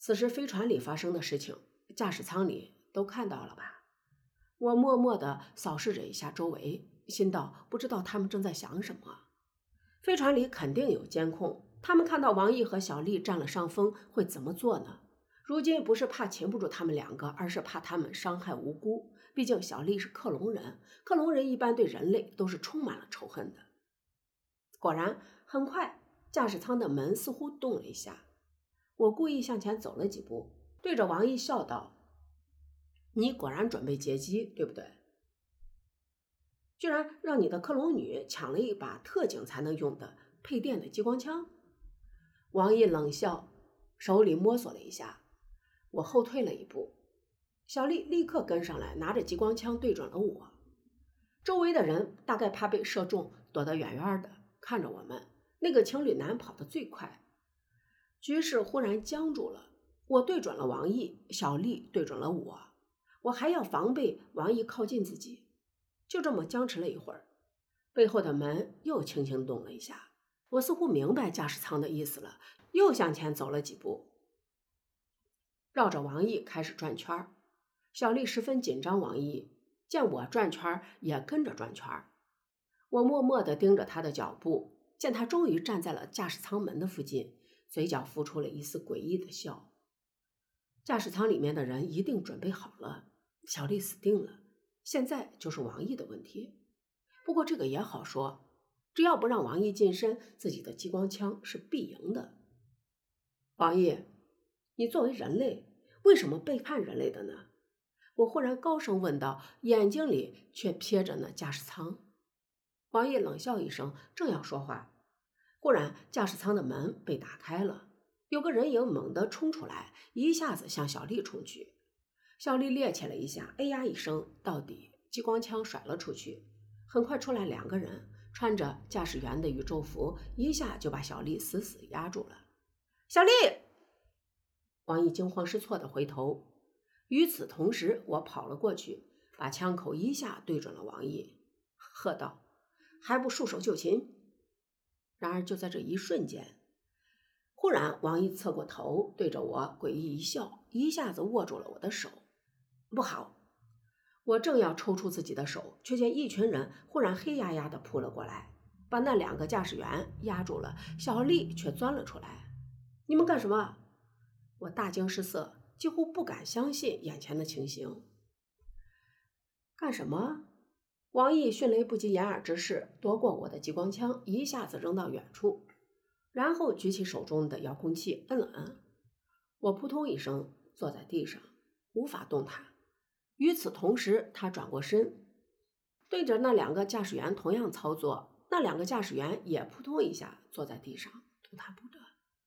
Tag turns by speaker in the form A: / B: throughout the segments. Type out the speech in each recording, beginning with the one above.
A: 此时飞船里发生的事情，驾驶舱里都看到了吧？我默默地扫视着一下周围，心道不知道他们正在想什么。飞船里肯定有监控，他们看到王毅和小丽占了上风，会怎么做呢？如今不是怕擒不住他们两个，而是怕他们伤害无辜。毕竟小丽是克隆人，克隆人一般对人类都是充满了仇恨的。果然，很快驾驶舱的门似乎动了一下，我故意向前走了几步，对着王毅笑道：“你果然准备劫机，对不对？居然让你的克隆女抢了一把特警才能用的配电的激光枪。”王毅冷笑，手里摸索了一下，我后退了一步，小丽立刻跟上来，拿着激光枪对准了我。周围的人大概怕被射中，躲得远远的，看着我们。那个情侣男跑得最快，局势忽然僵住了。我对准了王毅，小丽对准了我，我还要防备王毅靠近自己。就这么僵持了一会儿，背后的门又轻轻动了一下，我似乎明白驾驶舱的意思了，又向前走了几步，绕着王毅开始转圈。小丽十分紧张，王毅见我转圈也跟着转圈。我默默地盯着他的脚步，见他终于站在了驾驶舱门的附近，嘴角浮出了一丝诡异的笑。驾驶舱里面的人一定准备好了，小丽死定了，现在就是王毅的问题。不过这个也好说，只要不让王毅近身，自己的激光枪是必赢的。王毅，你作为人类，为什么背叛人类的呢？我忽然高声问道，眼睛里却瞥着那驾驶舱。王毅冷笑一声，正要说话，忽然驾驶舱的门被打开了，有个人影猛地冲出来，一下子向小丽冲去。小丽趔趄了一下，哎呀一声，到底激光枪甩了出去。很快出来两个人，穿着驾驶员的宇宙服，一下就把小丽死死压住了。小丽！王毅惊慌失措地回头。与此同时，我跑了过去，把枪口一下对准了王毅，喝道：“还不束手就擒！”然而就在这一瞬间，忽然王毅侧过头，对着我诡异一笑，一下子握住了我的手。不好！我正要抽出自己的手，却见一群人忽然黑压压地扑了过来，把那两个驾驶员压住了。小丽却钻了出来。“你们干什么？”我大惊失色，几乎不敢相信眼前的情形。干什么？王毅迅雷不及掩耳之势夺过我的激光枪，一下子扔到远处，然后举起手中的遥控器摁了摁。我扑通一声坐在地上，无法动弹。与此同时，他转过身，对着那两个驾驶员同样操作，那两个驾驶员也扑通一下坐在地上，动弹不得。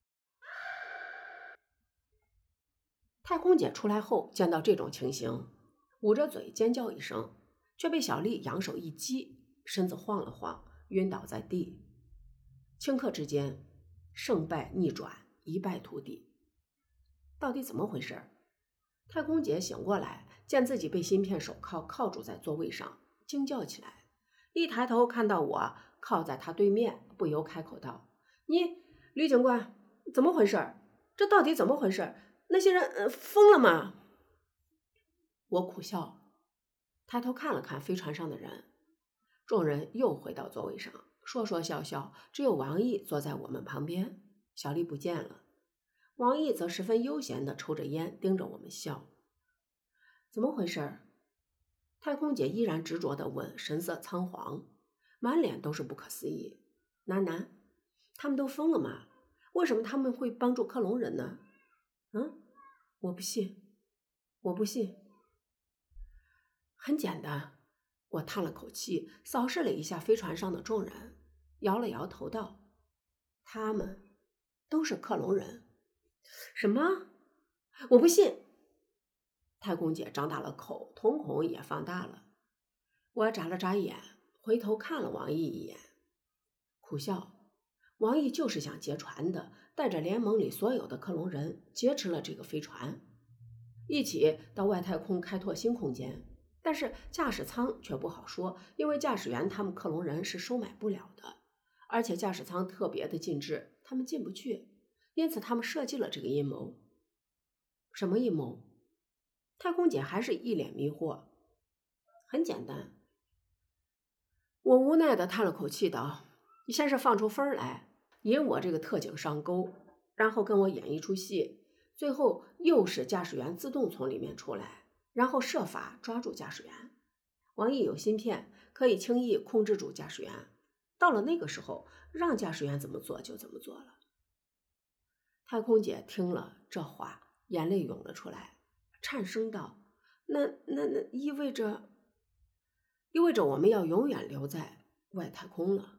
A: 太空姐出来后，见到这种情形，捂着嘴尖叫一声，却被小丽扬手一击，身子晃了晃，晕倒在地。顷刻之间，胜败逆转，一败涂地。到底怎么回事？太空姐醒过来，见自己被芯片手铐铐住在座位上，惊叫起来。一抬头看到我靠在她对面，不由开口道：“吕警官，怎么回事？这到底怎么回事？那些人疯了吗？”我苦笑，抬头看了看飞船上的人，众人又回到座位上，说说笑笑，只有王毅坐在我们旁边，小丽不见了。王毅则十分悠闲地抽着烟，盯着我们笑。怎么回事？太空姐依然执着地问，神色仓皇，满脸都是不可思议。楠，他们都疯了吗？为什么他们会帮助克隆人呢？我不信。很简单，我叹了口气，扫视了一下飞船上的众人，摇了摇头道：“他们都是克隆人。”什么？我不信！太空姐张大了口，瞳孔也放大了。我眨了眨眼，回头看了王毅一眼，苦笑。王毅就是想劫船的，带着联盟里所有的克隆人劫持了这个飞船，一起到外太空开拓新空间。但是驾驶舱却不好说，因为驾驶员他们克隆人是收买不了的，而且驾驶舱特别的禁制，他们进不去，因此他们设计了这个阴谋。 什么阴谋？太空姐还是一脸迷惑。很简单。我无奈地叹了口气道：你先是放出风来，引我这个特警上钩，然后跟我演一出戏，最后诱使驾驶员自动从里面出来，然后设法抓住驾驶员。王毅有芯片，可以轻易控制住驾驶员，到了那个时候，让驾驶员怎么做就怎么做了。太空姐听了这话，眼泪涌了出来，颤声道：那意味着我们要永远留在外太空了。